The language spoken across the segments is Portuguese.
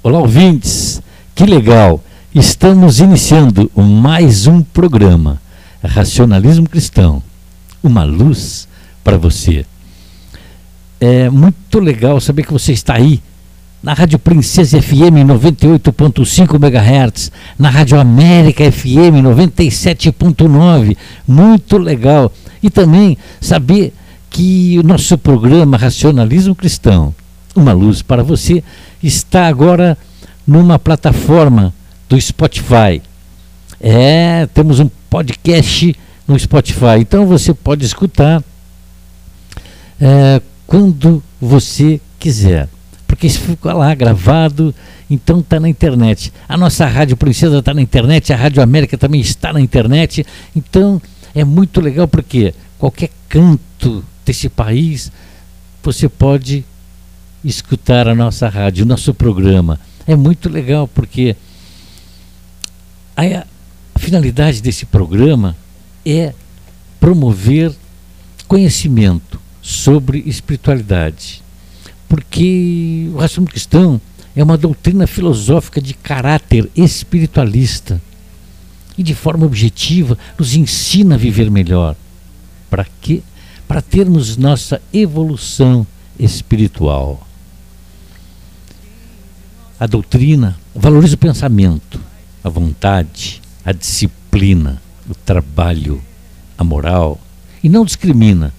Olá, ouvintes, que legal! Estamos iniciando mais um programa, Racionalismo Cristão, uma luz para você. É muito legal saber que você está aí, na Rádio Princesa FM 98.5 MHz, na Rádio América FM 97.9, muito legal. E também saber que o nosso programa Racionalismo Cristão, uma luz para você, está agora numa plataforma do Spotify. Temos um podcast no Spotify, então você pode escutar quando você quiser, porque isso fica lá gravado, então está na internet. A nossa Rádio Princesa está na internet, a Rádio América também está na internet, então é muito legal porque qualquer canto desse país você pode escutar a nossa rádio, o nosso programa. É muito legal porque a finalidade desse programa é promover conhecimento sobre espiritualidade, porque o racionalismo cristão é uma doutrina filosófica de caráter espiritualista e de forma objetiva nos ensina a viver melhor. Para quê? Para termos nossa evolução espiritual. A doutrina valoriza o pensamento, a vontade, a disciplina, o trabalho, a moral, e não discrimina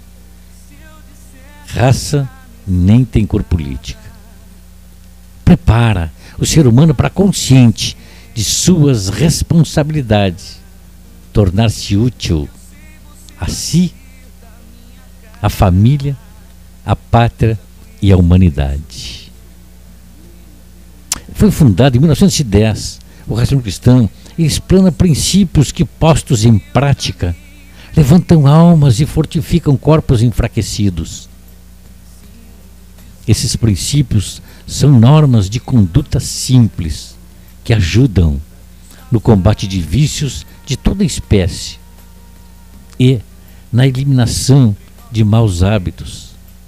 raça nem tem cor política. Prepara o ser humano para consciente de suas responsabilidades, tornar-se útil a si, a família, a pátria e a humanidade. Foi fundado em 1910. O racionalismo cristão explana princípios que, postos em prática, levantam almas e fortificam corpos enfraquecidos. Esses princípios são normas de conduta simples que ajudam no combate de vícios de toda espécie e na eliminação de maus hábitos.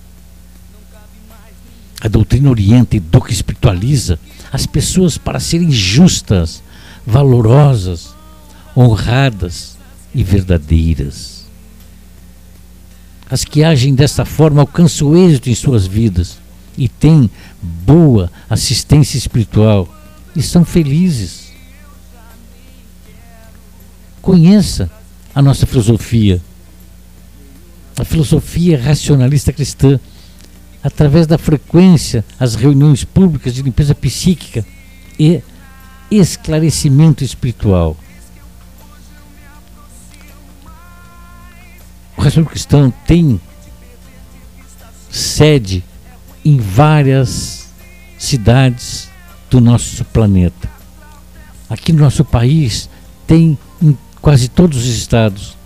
A doutrina orienta, educa e espiritualiza as pessoas para serem justas, valorosas, honradas e verdadeiras. As que agem desta forma alcançam o êxito em suas vidas e têm boa assistência espiritual e são felizes. Conheça a nossa filosofia, a filosofia racionalista cristã, através da frequência às reuniões públicas de limpeza psíquica e esclarecimento espiritual. O racionalismo cristão tem sede em várias cidades do nosso planeta. Aqui no nosso país tem em quase todos os estados.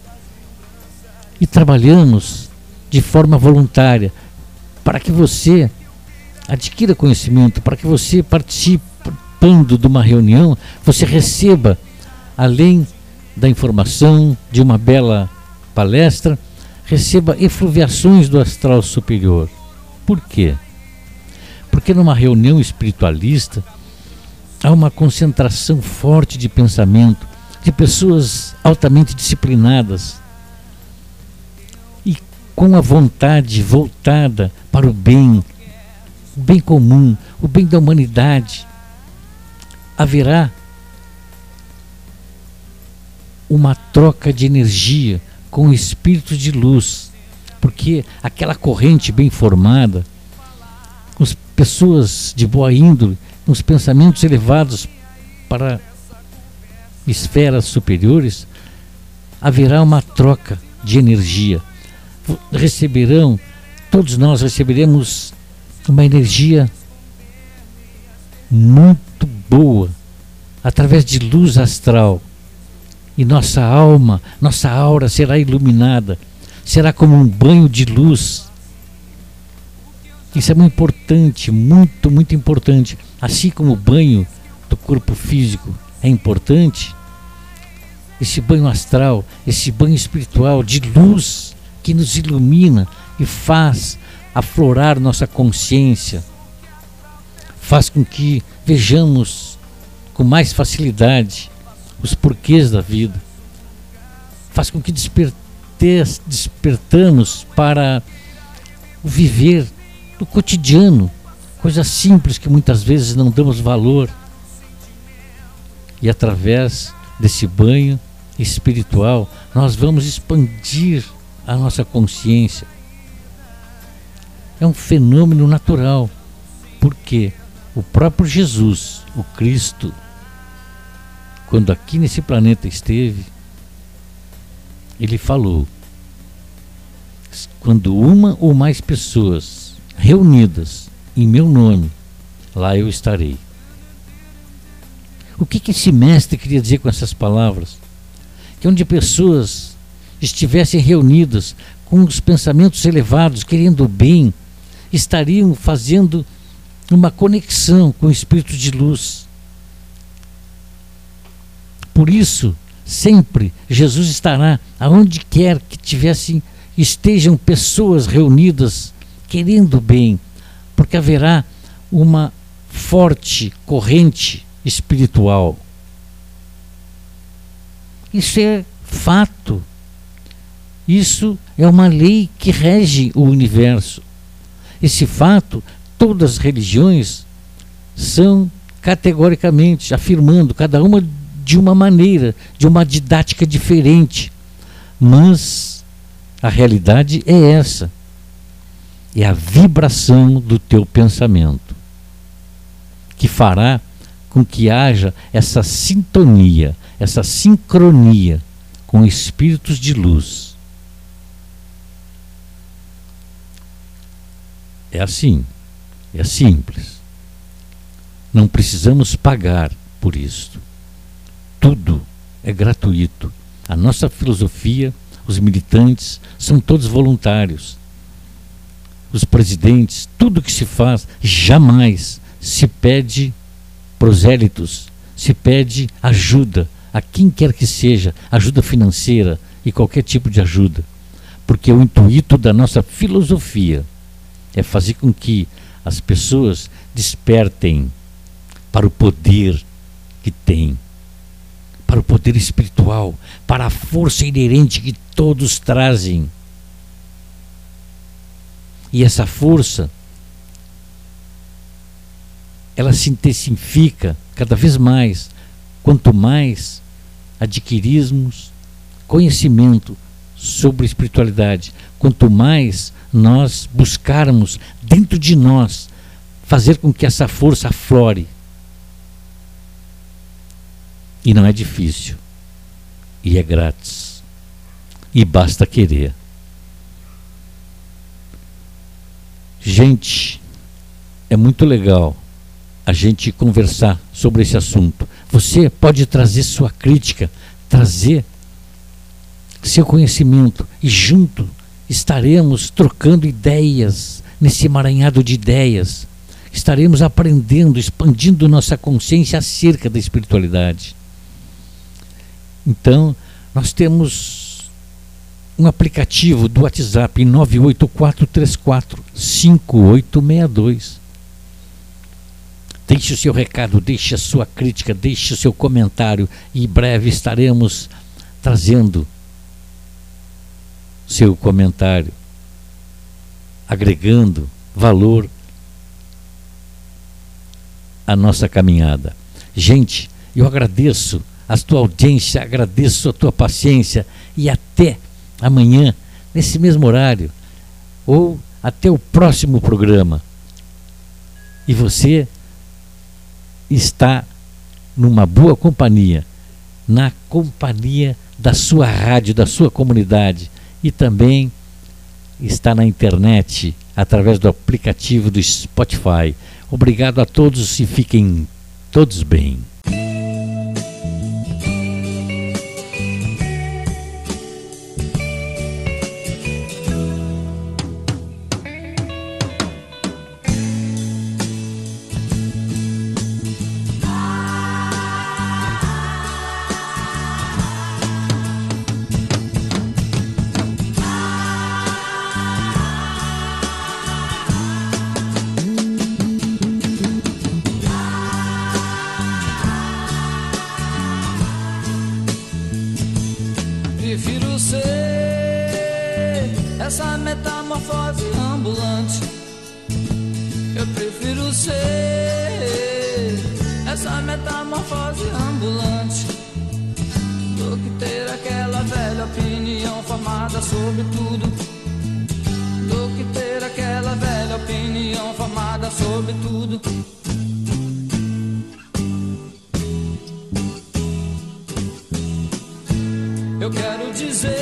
E trabalhamos de forma voluntária para que você adquira conhecimento, para que você, participando de uma reunião, você receba, além da informação de uma bela palestra, receba efluviações do astral superior. Por quê? Porque numa reunião espiritualista há uma concentração forte de pensamento, de pessoas altamente disciplinadas e com a vontade voltada para o bem comum, o bem da humanidade. Haverá uma troca de energia com espíritos de luz, porque aquela corrente bem formada, com as pessoas de boa índole, com os pensamentos elevados para esferas superiores, haverá uma troca de energia. Todos nós receberemos uma energia muito boa, através de luz astral, e nossa alma, nossa aura será iluminada, será como um banho de luz. Isso é muito importante, muito, muito importante. Assim como o banho do corpo físico é importante, esse banho astral, esse banho espiritual de luz que nos ilumina e faz aflorar nossa consciência, faz com que vejamos com mais facilidade os porquês da vida, faz com que despertamos para o viver do cotidiano, coisas simples que muitas vezes não damos valor. E através desse banho espiritual, nós vamos expandir a nossa consciência. É um fenômeno natural, porque o próprio Jesus, o Cristo, quando aqui nesse planeta esteve, ele falou: quando uma ou mais pessoas reunidas em meu nome, lá eu estarei. O que esse mestre queria dizer com essas palavras? Que onde pessoas estivessem reunidas com os pensamentos elevados, querendo o bem, estariam fazendo uma conexão com o Espírito de luz. Por isso, sempre Jesus estará aonde quer que estejam pessoas reunidas querendo o bem, porque haverá uma forte corrente espiritual. Isso é fato. Isso é uma lei que rege o universo. Esse fato, todas as religiões são categoricamente afirmando, cada uma de uma maneira, de uma didática diferente. Mas a realidade é essa. É a vibração do teu pensamento que fará com que haja essa sintonia, essa sincronia com espíritos de luz. É assim, é simples. Não precisamos pagar por isto. Tudo é gratuito. A nossa filosofia, os militantes, são todos voluntários. Os presidentes, tudo que se faz, jamais se pede prosélitos, se pede ajuda a quem quer que seja, ajuda financeira e qualquer tipo de ajuda. Porque o intuito da nossa filosofia é fazer com que as pessoas despertem para o poder que têm, para o poder espiritual, para a força inerente que todos trazem. E essa força, ela se intensifica cada vez mais, quanto mais adquirirmos conhecimento sobre espiritualidade, quanto mais nós buscarmos dentro de nós fazer com que essa força aflore. E não é difícil, e é grátis, e basta querer. Gente, é muito legal a gente conversar sobre esse assunto. Você pode trazer sua crítica, trazer seu conhecimento, e junto estaremos trocando ideias, nesse emaranhado de ideias. Estaremos aprendendo, expandindo nossa consciência acerca da espiritualidade. Então, nós temos um aplicativo do WhatsApp em 984345862. Deixe o seu recado, deixe a sua crítica, deixe o seu comentário, e em breve estaremos trazendo seu comentário, agregando valor à nossa caminhada. Gente, eu agradeço a tua audiência, agradeço a tua paciência, e até amanhã, nesse mesmo horário, ou até o próximo programa. E você está numa boa companhia, na companhia da sua rádio, da sua comunidade, e também está na internet através do aplicativo do Spotify. Obrigado a todos e fiquem todos bem. prefiro ser essa metamorfose ambulante. Eu prefiro ser essa metamorfose ambulante do que ter aquela velha opinião formada sobre tudo. Do que ter aquela velha opinião formada sobre tudo. Eu quero dizer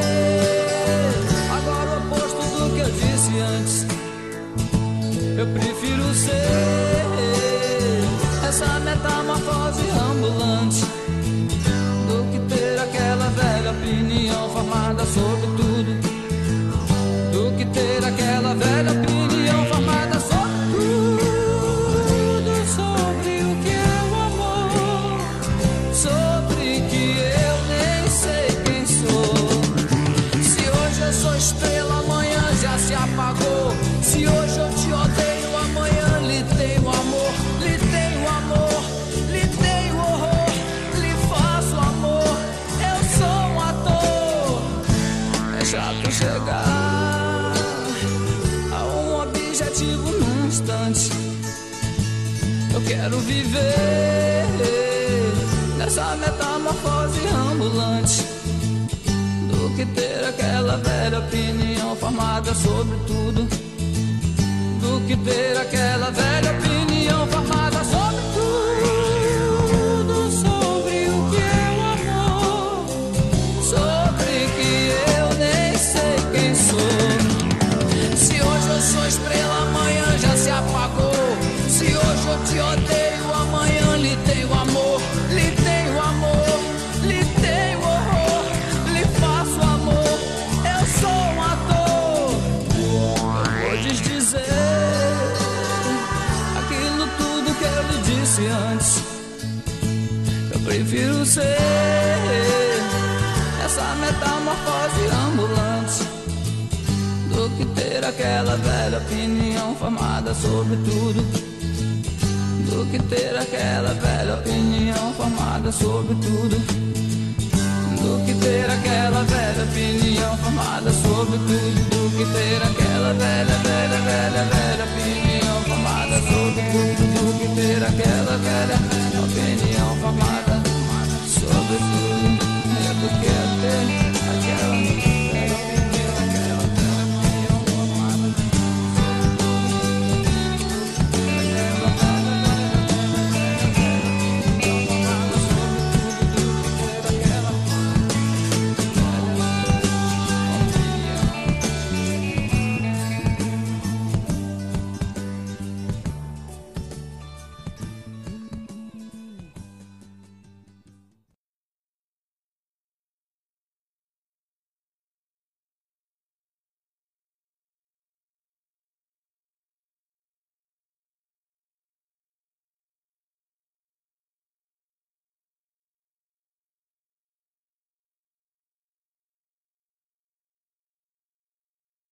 agora o oposto do que eu disse antes. Eu prefiro ser essa metamorfose ambulante do que ter aquela velha opinião formada sobre tudo. Do que ter aquela velha opinião formada sobre tudo. Sobre o que é o amor, sobre que eu nem sei quem sou. Se hoje eu sou estrela, amanhã já se apagou. Se hoje eu te odeio, amanhã lhe tenho amor. Lhe tenho amor, lhe tenho horror, lhe faço amor. Eu sou um ator. É chato chegar a um objetivo num instante. Eu quero viver nessa metamorfose ambulante do que ter aquela velha opinião formada sobre tudo. Do que ter aquela velha opinião formada sobre tudo. Sobre o que é o amor, sobre que eu nem sei quem sou. Se hoje eu sou estrela, amanhã já se apagou. Se hoje eu te odeio, amanhã lhe tenho amor. Lhe tenho amor, lhe tenho horror, lhe faço amor. Eu sou um ator. Eu vou desdizer aquilo tudo que eu lhe disse antes. Eu prefiro ser essa metamorfose ambulante do que ter aquela velha opinião formada sobre tudo. Do que ter aquela velha opinião formada sobre tudo. Do que ter aquela velha opinião formada sobre tudo. Do que ter aquela velha opinião formada sobre tudo. Do que ter aquela velha opinião formada sobre tudo. É do que é ter